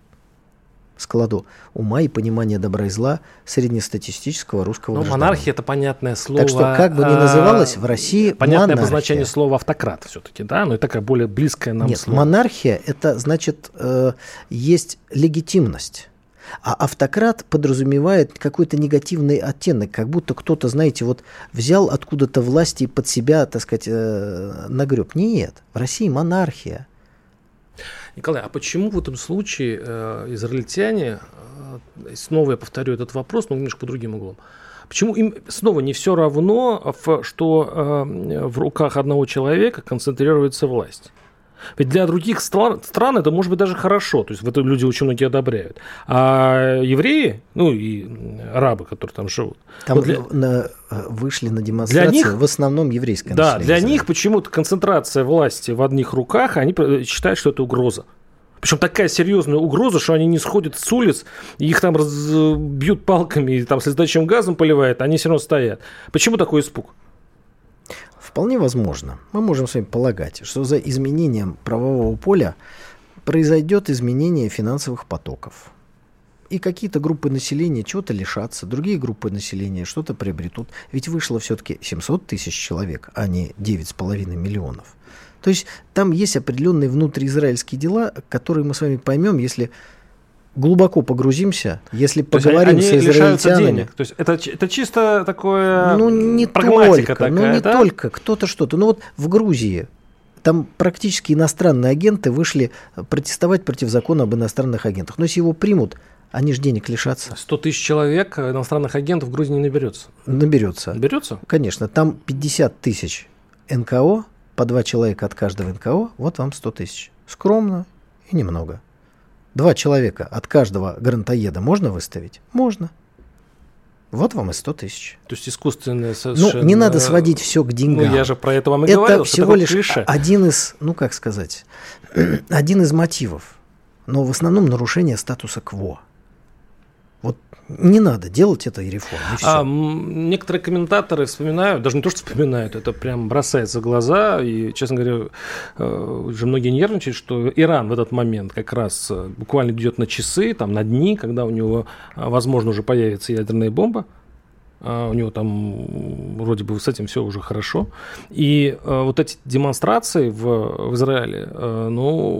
складу ума и понимания добра и зла среднестатистического русского ну, гражданина. Монархия – это понятное слово. Так что, как бы ни называлось, в России понятное монархия. Обозначение слова автократ все-таки, да? Но это такое более близкое нам Нет, слово. Монархия – это, значит, э, есть легитимность. А автократ подразумевает какой-то негативный оттенок, как будто кто-то, знаете, вот взял откуда-то власти и под себя, так сказать, э, нагреб. Нет, в России монархия. Николай, а почему в этом случае э, израильтяне, э, снова я повторю этот вопрос, но немножко по другим углом, почему им снова не все равно, что э, в руках одного человека концентрируется власть? Ведь для других стран, стран это может быть даже хорошо, то есть в это люди очень многие одобряют. А евреи, ну и арабы, которые там живут, там вот для... на, вышли на демонстрацию них, в основном еврейское да, население. Для Израиля. них почему-то концентрация власти в одних руках, они считают, что это угроза. Причем такая серьезная угроза, что они не сходят с улиц, их там раз... бьют палками, и там слезоточивым газом поливают, они все равно стоят. Почему такой испуг? Вполне возможно. Мы можем с вами полагать, что за изменением правового поля произойдет изменение финансовых потоков. И какие-то группы населения чего-то лишатся, другие группы населения что-то приобретут. Ведь вышло все-таки семьсот тысяч человек, а не девять с половиной миллионов. То есть там есть определенные внутриизраильские дела, которые мы с вами поймем, если глубоко погрузимся, если То поговорим с израильтянами. Денег. То есть это, это чисто такое ну, не прагматика только, такая, ну не да? только, кто-то что-то. Ну вот в Грузии там практически иностранные агенты вышли протестовать против закона об иностранных агентах. Но если его примут, они же денег лишатся. сто тысяч человек иностранных агентов в Грузии не наберется. Наберется. Наберется? Конечно. Там пятьдесят тысяч эн ка о, по два человека от каждого эн ка о, вот вам сто тысяч. Скромно и немного. Два человека от каждого грантоеда можно выставить? Можно. Вот вам и сто тысяч. То есть искусственное совершенно... Ну, не надо сводить все к деньгам. Ну, я же про это вам и это говорил. Это всего лишь клише. один из, ну, как сказать, один из мотивов. Но в основном нарушение статуса кво. Вот не надо делать это и реформы. И а, некоторые комментаторы вспоминают, даже не то, что вспоминают, это прям бросается в глаза, и, честно говоря, уже многие нервничают, что Иран в этот момент как раз буквально идет на часы, там, на дни, когда у него, возможно, уже появится ядерная бомба. У него там вроде бы с этим все уже хорошо. И э, вот эти демонстрации в, в Израиле, э,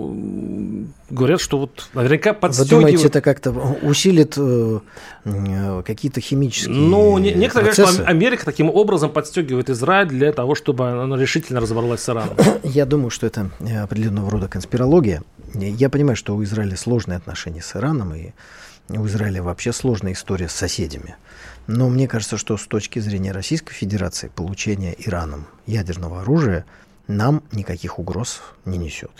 ну, говорят, что вот наверняка подстегивают... Вы думаете, это как-то усилит э, какие-то химические Ну, не, некоторые процессы? говорят, что Америка таким образом подстегивает Израиль для того, чтобы она решительно разобралась с Ираном. Я думаю, что это определенного рода конспирология. Я понимаю, что у Израиля сложные отношения с Ираном, и у Израиля вообще сложная история с соседями. Но мне кажется, что с точки зрения Российской Федерации получение Ираном ядерного оружия нам никаких угроз не несет.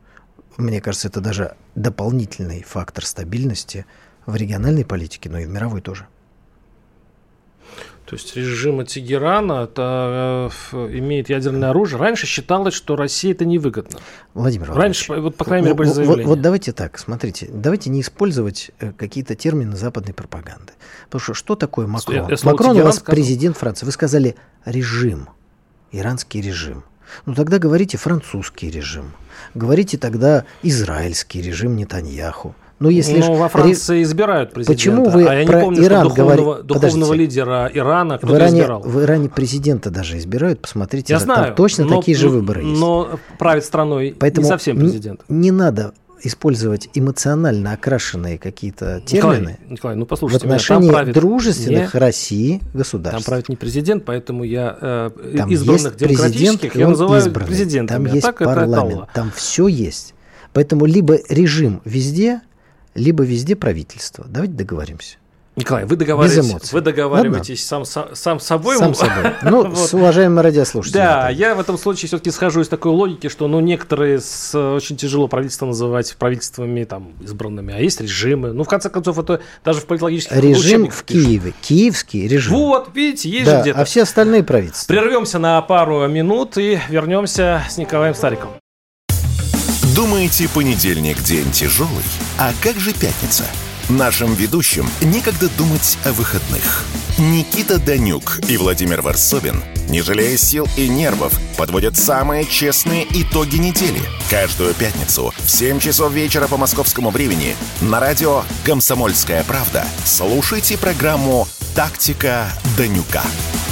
Мне кажется, это даже дополнительный фактор стабильности в региональной политике, но и в мировой тоже. То есть режим Тегерана это, э, имеет ядерное оружие. Раньше считалось, что России это невыгодно. Владимир Раньше, Владимирович, вот, по крайней мере, были вот, заявления. Вот, вот давайте так, смотрите, давайте не использовать э, какие-то термины западной пропаганды. Потому что что такое Макрон? Я, я Макрон у вас сказал. президент Франции. Вы сказали режим, иранский режим. Ну тогда говорите французский режим. Говорите тогда израильский режим Нетаньяху. Но если Но ж... во Франции избирают президента. Почему вы а я не про помню, Иран что духовного, говорите? духовного лидера Ирана кто-то в Иране, избирал. в Иране президента даже избирают. Посмотрите, Я там знаю, точно но, такие же выборы есть. Но правит страной Поэтому не совсем президент. Не, не надо использовать эмоционально окрашенные какие-то термины Николай, Николай, ну в послушайте отношении меня, там правит дружественных не, России Там государств. правит не президент, поэтому я э, Там избранных есть демократических президент, я он называю избранный. президентами. Там а есть так это парламент, Алла. там все есть. Поэтому либо режим везде, либо везде правительство. Давайте договоримся. Николай, вы договариваетесь, эмоций. вы договариваетесь сам, сам, сам с собой. Сам собой. Ну, Вот. с уважаемыми радиослушателями. Да, я в этом случае все-таки схожу из такой логики, что ну, некоторые с, очень тяжело правительство называть правительствами там, избранными, а есть режимы. Ну, в конце концов, это даже в политологических Режим учебниках в пишут. Киеве. Киевский режим. Вот, видите, есть Да, же где-то. а все остальные правительства. Прервемся на пару минут и вернемся с Николаем Стариковым. Думаете, понедельник день тяжелый? А как же пятница? Нашим ведущим некогда думать о выходных. Никита Данюк и Владимир Варсобин, не жалея сил и нервов, подводят самые честные итоги недели. Каждую пятницу в семь часов вечера по московскому времени на радио «Комсомольская правда» слушайте программу «Тактика Данюка».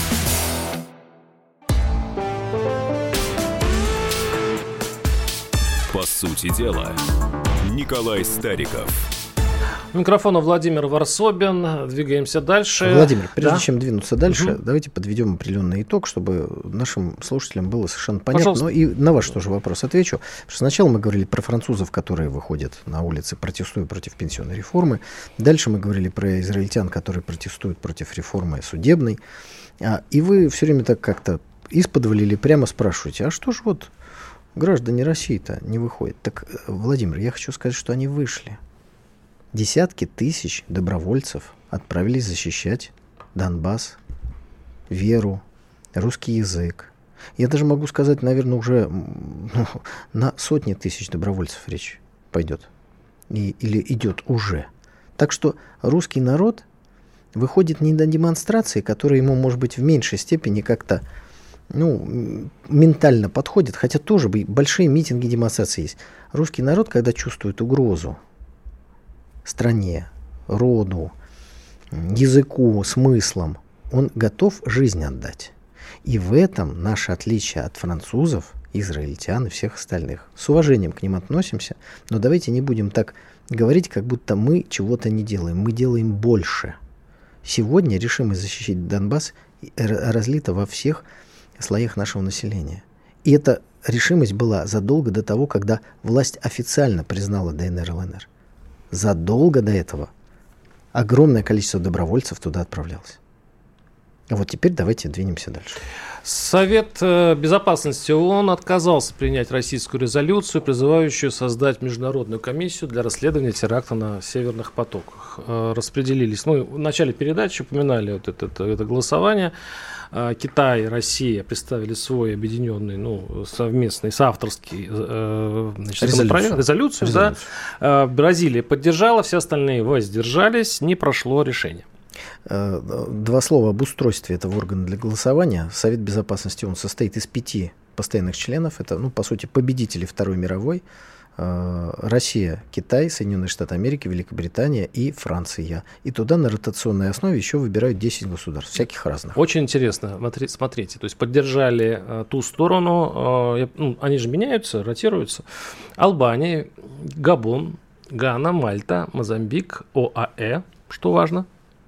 По сути дела, Николай Стариков. У микрофона Владимир Варсобин. Двигаемся дальше. Владимир, прежде Да? чем двинуться дальше, Угу. давайте подведем определенный итог, чтобы нашим слушателям было совершенно понятно. Пожалуйста. Ну и на ваш тоже вопрос отвечу. Потому что сначала мы говорили про французов, которые выходят на улицы, протестуя против пенсионной реформы. Дальше мы говорили про израильтян, которые протестуют против реформы судебной. А, и вы все время так как-то исподволь или прямо спрашиваете, а что ж вот граждане России-то не выходят? Так, Владимир, я хочу сказать, что они вышли. Десятки тысяч добровольцев отправились защищать Донбасс, веру, русский язык. Я даже могу сказать, наверное, уже ну, на сотни тысяч добровольцев речь пойдет. И, или идет уже. Так что русский народ выходит не на демонстрации, которые ему, может быть, в меньшей степени как-то ну, ментально подходят, хотя тоже большие митинги, демонстрации есть. Русский народ, когда чувствует угрозу стране, роду, языку, смыслам, он готов жизнь отдать. И в этом наше отличие от французов, израильтян и всех остальных. С уважением к ним относимся, но давайте не будем так говорить, как будто мы чего-то не делаем. Мы делаем больше. Сегодня решимость защищать Донбасс разлита во всех слоях нашего населения. И эта решимость была задолго до того, когда власть официально признала ДНР, ЛНР. Задолго до этого огромное количество добровольцев туда отправлялось. А вот теперь давайте двинемся дальше. Совет Безопасности ООН отказался принять российскую резолюцию, призывающую создать международную комиссию для расследования теракта на Северных потоках. Распределились. Ну, в начале передачи упоминали вот это, это, это голосование. Китай и Россия представили свой объединенный, ну, совместный, соавторский э, значит, резолюцию. резолюцию, резолюцию. Да. Бразилия поддержала, все остальные воздержались, не прошло решение. Два слова об устройстве этого органа для голосования. Совет Безопасности он состоит из пяти постоянных членов. Это, ну, по сути, победители Второй мировой. Россия, Китай, Соединенные Штаты Америки, Великобритания и Франция. И туда на ротационной основе еще выбирают десять государств, всяких разных. Очень интересно. Смотрите, то есть поддержали э, ту сторону, э, ну, они же меняются, ротируются. Албания, Габон, Гана, Мальта, Мозамбик, ОАЭ, что важно,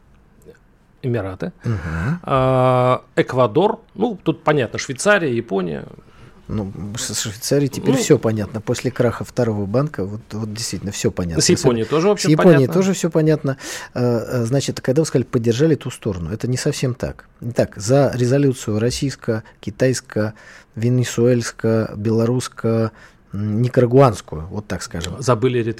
Эмираты, угу. э, Эквадор, ну, тут понятно, Швейцария, Япония. Ну, с Швейцарией теперь ну, все понятно. После краха второго банка, вот, вот действительно все понятно. С Японией тоже, в общем, С Японией понятно. тоже все понятно. Значит, когда вы сказали, поддержали ту сторону, это не совсем так. Итак, за резолюцию российско, китайско, венесуэльско, белорусско, никарагуанскую, вот так скажем. Забыли Эритрею.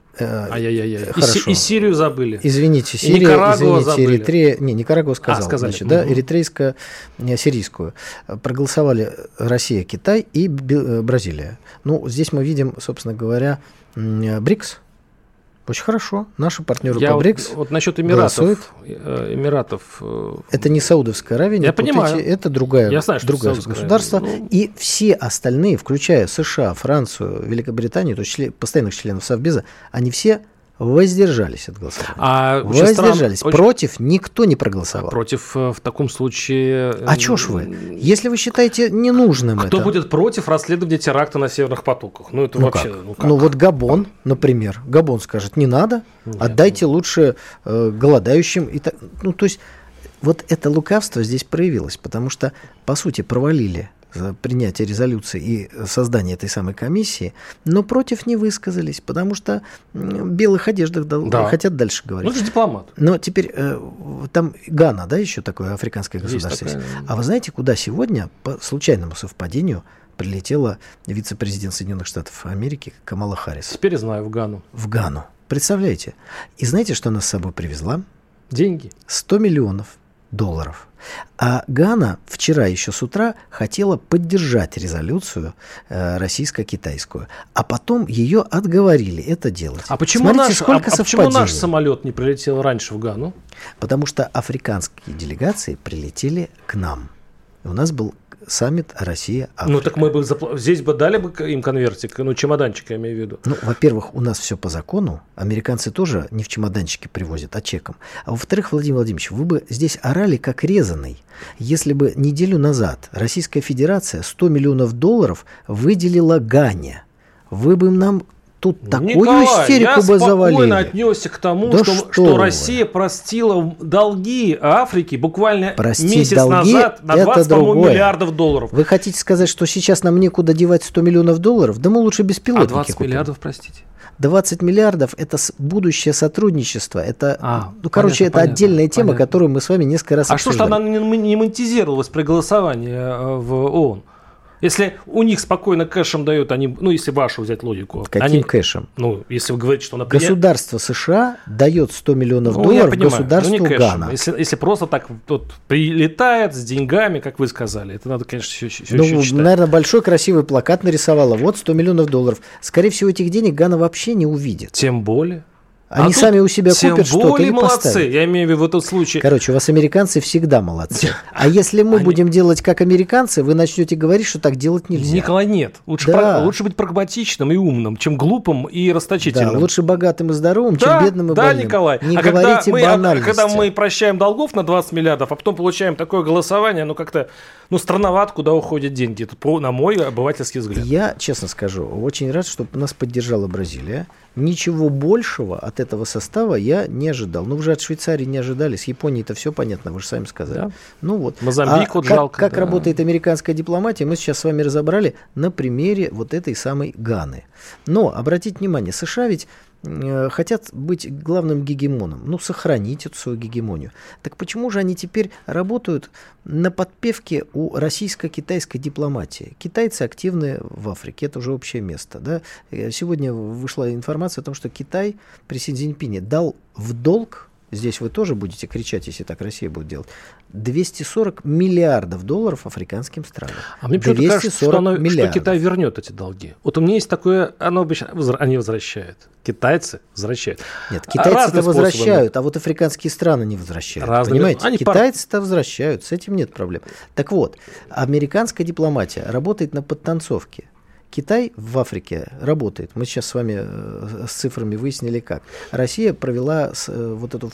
Ай-яй-яй. Хорошо. И, и Сирию забыли. Извините, Сирия, и Никарагуа извините, забыли. Эритрея, не, Никарагуа сказал, а, сказали. значит, да, Угу. эритрейско-сирийскую. Проголосовали Россия, Китай и Бразилия. Ну, здесь мы видим, собственно говоря, БРИКС. Очень хорошо. Наши партнеры Я по БРИКС вот, вот насчет Эмиратов. голосуют. Эмиратов. Это не Саудовская Аравия, не Я путайте, понимаю. это другая, Я знаю, что другое Саудовская государство. Аравия. Ну... И все остальные, включая США, Францию, Великобританию, то есть член, постоянных членов Совбеза, они все воздержались от голосования. А воздержались. Стран... Против никто не проголосовал. А против в таком случае... А чё ж вы? Если вы считаете ненужным Кто это... Кто будет против расследования теракта на Северных потоках? Ну, это ну вообще... Как? Ну, как? ну, вот Габон, например. Габон скажет, не надо, Нет, отдайте ну... лучше э, голодающим. И так... Ну, то есть, вот это лукавство здесь проявилось, потому что, по сути, провалили принятие резолюции и создание этой самой комиссии, но против не высказались, потому что в белых одеждах да. хотят дальше говорить. Ну, это же дипломат. Но теперь э, там Гана, да, еще такое африканское государство есть. Такая... А вы знаете, куда сегодня, по случайному совпадению, прилетела вице-президент Соединенных Штатов Америки Камала Харрис? Теперь знаю, в Гану. В Гану. Представляете? И знаете, что она с собой привезла? Деньги. сто миллионов долларов. А Гана вчера еще с утра хотела поддержать резолюцию э, российско-китайскую, а потом ее отговорили это делать. А почему, Смотрите, наш, сколько а, а почему наш самолет не прилетел раньше в Гану? Потому что африканские делегации прилетели к нам. У нас был саммит Россия-Африка. Ну так мы бы запл... здесь бы дали бы им конвертик, ну чемоданчик я имею в виду. Ну, во-первых, у нас все по закону. Американцы тоже не в чемоданчике привозят, а чеком. А во-вторых, Владимир Владимирович, вы бы здесь орали как резаный, если бы неделю назад Российская Федерация сто миллионов долларов выделила Гане. Вы бы нам тут такую Николай, истерику бы завалили. Я спокойно отнесся к тому, да что, что, что Россия простила долги Африке буквально Простить месяц долги назад на двадцать миллиардов долларов. Вы хотите сказать, что сейчас нам некуда девать сто миллионов долларов? Да мы лучше беспилотники А двадцать купим. миллиардов, простите? двадцать миллиардов – это будущее сотрудничество. Это, а, ну, короче, это понятно, отдельная тема, понятно. Которую мы с вами несколько раз а обсуждали. А что ж она не, не монетизировалась при голосовании в ООН? Если у них спокойно кэшем дают, они, ну, если вашу взять логику. Каким они, кэшем? Ну, если вы говорите, что, например... Государство США дает сто миллионов ну, долларов понимаю, государству ну, Гана. Если, если просто так вот прилетает с деньгами, как вы сказали, это надо, конечно, все, все ну, еще читать. Наверное, большой красивый плакат нарисовала. Вот сто миллионов долларов. Скорее всего, этих денег Гана вообще не увидит. Тем более. Они а сами у себя купят что-то и молодцы. Поставят. Я имею в виду в этом случае. Короче, у вас американцы всегда молодцы. А если мы Они... будем делать как американцы, вы начнете говорить, что так делать нельзя. Николай, нет. Лучше, да. про... лучше быть прагматичным и умным, чем глупым и расточительным. Да, лучше богатым и здоровым, да, чем бедным и да, больным. Да, Николай. Не а говорите когда банальности. Мы, когда мы прощаем долгов на двадцать миллиардов, а потом получаем такое голосование, ну как-то ну, странновато, куда уходят деньги. Это по, на мой обывательский взгляд. Я, честно скажу, очень рад, что нас поддержала Бразилия. Ничего большего от этого состава я не ожидал. Ну, вы же от Швейцарии не ожидали, с Японией-то все понятно, вы же сами сказали. Да. Ну вот. Мозамбик а вот как, жалко. Как да. работает американская дипломатия, мы сейчас с вами разобрали на примере вот этой самой Ганы. Но, обратите внимание, США ведь э, хотят быть главным гегемоном, ну, сохранить эту свою гегемонию. Так почему же они теперь работают на подпевке у российско-китайской дипломатии? Китайцы активны в Африке, это уже общее место. Да? Сегодня вышла информация о том, что Китай при Си Цзиньпине дал в долг, здесь вы тоже будете кричать, если так Россия будет делать, двести сорок миллиардов долларов африканским странам. А мне почему-то кажется, что, оно, что Китай вернет эти долги. Вот у меня есть такое, оно обычно, они возвращают. Китайцы возвращают. Нет, китайцы-то возвращают, а вот африканские страны не возвращают. Разные, понимаете, они китайцы-то пар... возвращают, с этим нет проблем. Так вот, американская дипломатия работает на подтанцовке. Китай в Африке работает. Мы сейчас с вами с цифрами выяснили, как. Россия провела вот эту,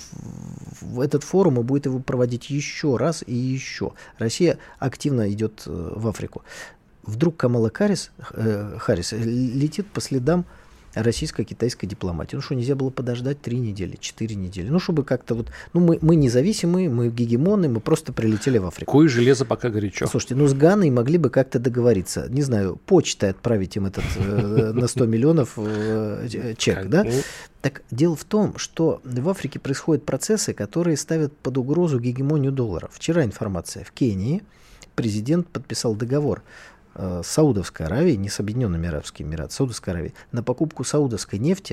этот форум и будет его проводить еще раз и еще. Россия активно идет в Африку. Вдруг Камала Харрис, Харрис летит по следам российско-китайской дипломатии. Ну что, нельзя было подождать три недели, четыре недели? Ну, чтобы как-то вот... Ну, мы, мы независимые, мы гегемоны, мы просто прилетели в Африку. Кое железо пока горячо. Слушайте, ну с Ганой могли бы как-то договориться. Не знаю, почтой отправить им этот э, на сто миллионов э, чек, да? Так дело в том, что в Африке происходят процессы, которые ставят под угрозу гегемонию доллара. Вчера информация. В Кении президент подписал договор с Саудовской Аравией, не с Объединенными Арабскими Эмиратами, Саудовской Аравией, на покупку саудовской нефти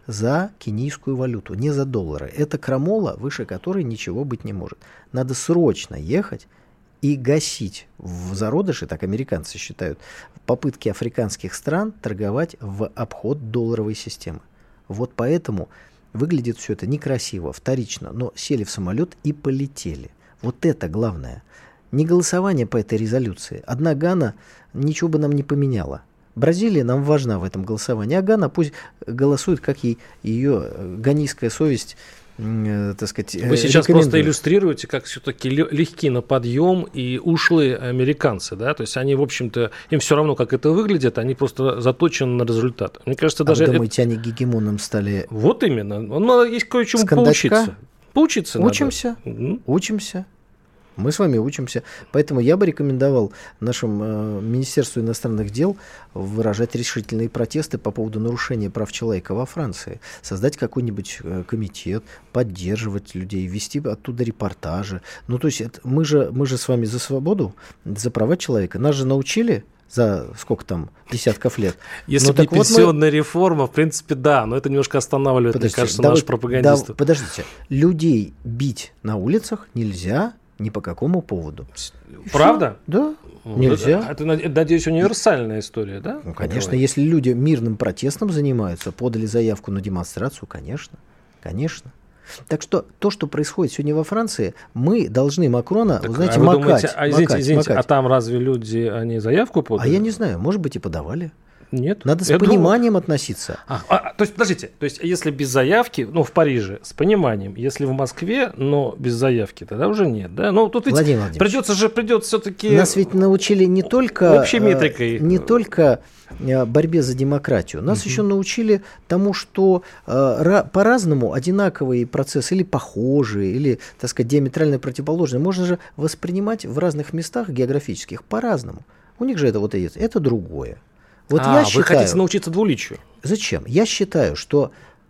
за кенийскую валюту, не за доллары. Это крамола, выше которой ничего быть не может. Надо срочно ехать и гасить в зародыше, так американцы считают, попытки африканских стран торговать в обход долларовой системы. Вот поэтому выглядит все это некрасиво, вторично, но сели в самолет и полетели. Вот это главное. Не голосование по этой резолюции. Одна Гана ничего бы нам не поменяла. Бразилия нам важна в этом голосовании, а Гана пусть голосует, как ей ее ганийская совесть, э, так сказать, Вы сейчас просто иллюстрируете, как все-таки легки на подъем и ушлые американцы, да, то есть они, в общем-то, им все равно, как это выглядит, они просто заточены на результат. Мне кажется, даже... А вы думаете, это... они гегемоном стали... Вот именно. Надо есть кое-чему поучиться. Поучиться надо. Учимся, mm-hmm. учимся. Мы с вами учимся. Поэтому я бы рекомендовал нашему э, Министерству иностранных дел выражать решительные протесты по поводу нарушения прав человека во Франции. Создать какой-нибудь э, комитет, поддерживать людей, вести оттуда репортажи. Ну, то есть это, мы, же, мы же с вами за свободу, за права человека. Нас же научили за сколько там, десятков лет. Если бы не пенсионная вот мы... реформа, в принципе, да, но это немножко останавливает, подождите, мне кажется, да, наших пропагандистов. Да, подождите, людей бить на улицах нельзя ни по какому поводу. Правда? Да, нельзя. Это, это, надеюсь, универсальная история, да? Ну, конечно, Николай? Если люди мирным протестом занимаются, подали заявку на демонстрацию, конечно, конечно. Так что то, что происходит сегодня во Франции, мы должны Макрона, так, вы знаете, а вы макать, думаете, а, извините, макать, извините, макать. А там разве люди, они заявку подали? А я не знаю, может быть, и подавали. Нет. Надо с я пониманием думаю... относиться. А, а, то есть, подождите, то есть, если без заявки, ну, в Париже, с пониманием, если в Москве, но без заявки, тогда уже нет, да? Ну, тут ведь придется же, придется все-таки... Нас ведь научили не только... Общей метрикой. Не только борьбе за демократию. Нас угу. еще научили тому, что э, по-разному одинаковые процессы или похожие, или, так сказать, диаметрально противоположные можно же воспринимать в разных местах географических по-разному. У них же это вот есть, это другое. Вот а, я считаю, вы хотите научиться двуличию? Зачем? Я считаю, что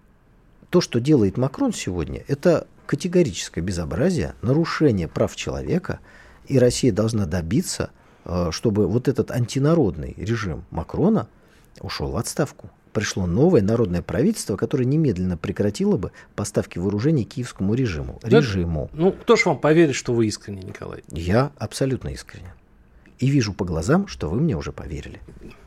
то, что делает Макрон сегодня, это категорическое безобразие, нарушение прав человека, и Россия должна добиться, чтобы вот этот антинародный режим Макрона ушел в отставку. Пришло новое народное правительство, которое немедленно прекратило бы поставки вооружений киевскому режиму. Да, режиму. Ну, кто ж вам поверит, что вы искренне, Николай? Я абсолютно искренен. И вижу по глазам, что вы мне уже поверили.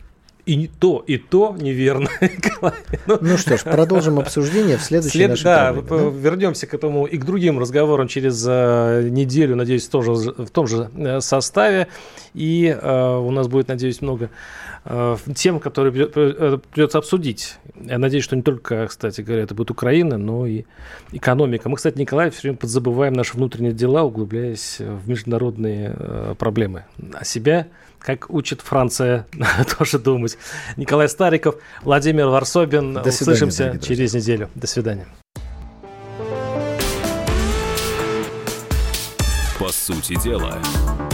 И то, и то неверно, Николай. Ну, ну что ж, продолжим обсуждение в следующей След... нашей да, программе. Да, вернемся к этому и к другим разговорам через uh, неделю, надеюсь, тоже в том же uh, составе. И uh, у нас будет, надеюсь, много uh, тем, которые придется обсудить. Я надеюсь, что не только, кстати говоря, это будет Украина, но и экономика. Мы, кстати, Николай, все время подзабываем наши внутренние дела, углубляясь в международные uh, проблемы. А себя, как учит Франция, тоже думать. Николай Стариков, Владимир Варсобин. До свидания, услышимся через неделю. До свидания. По сути дела.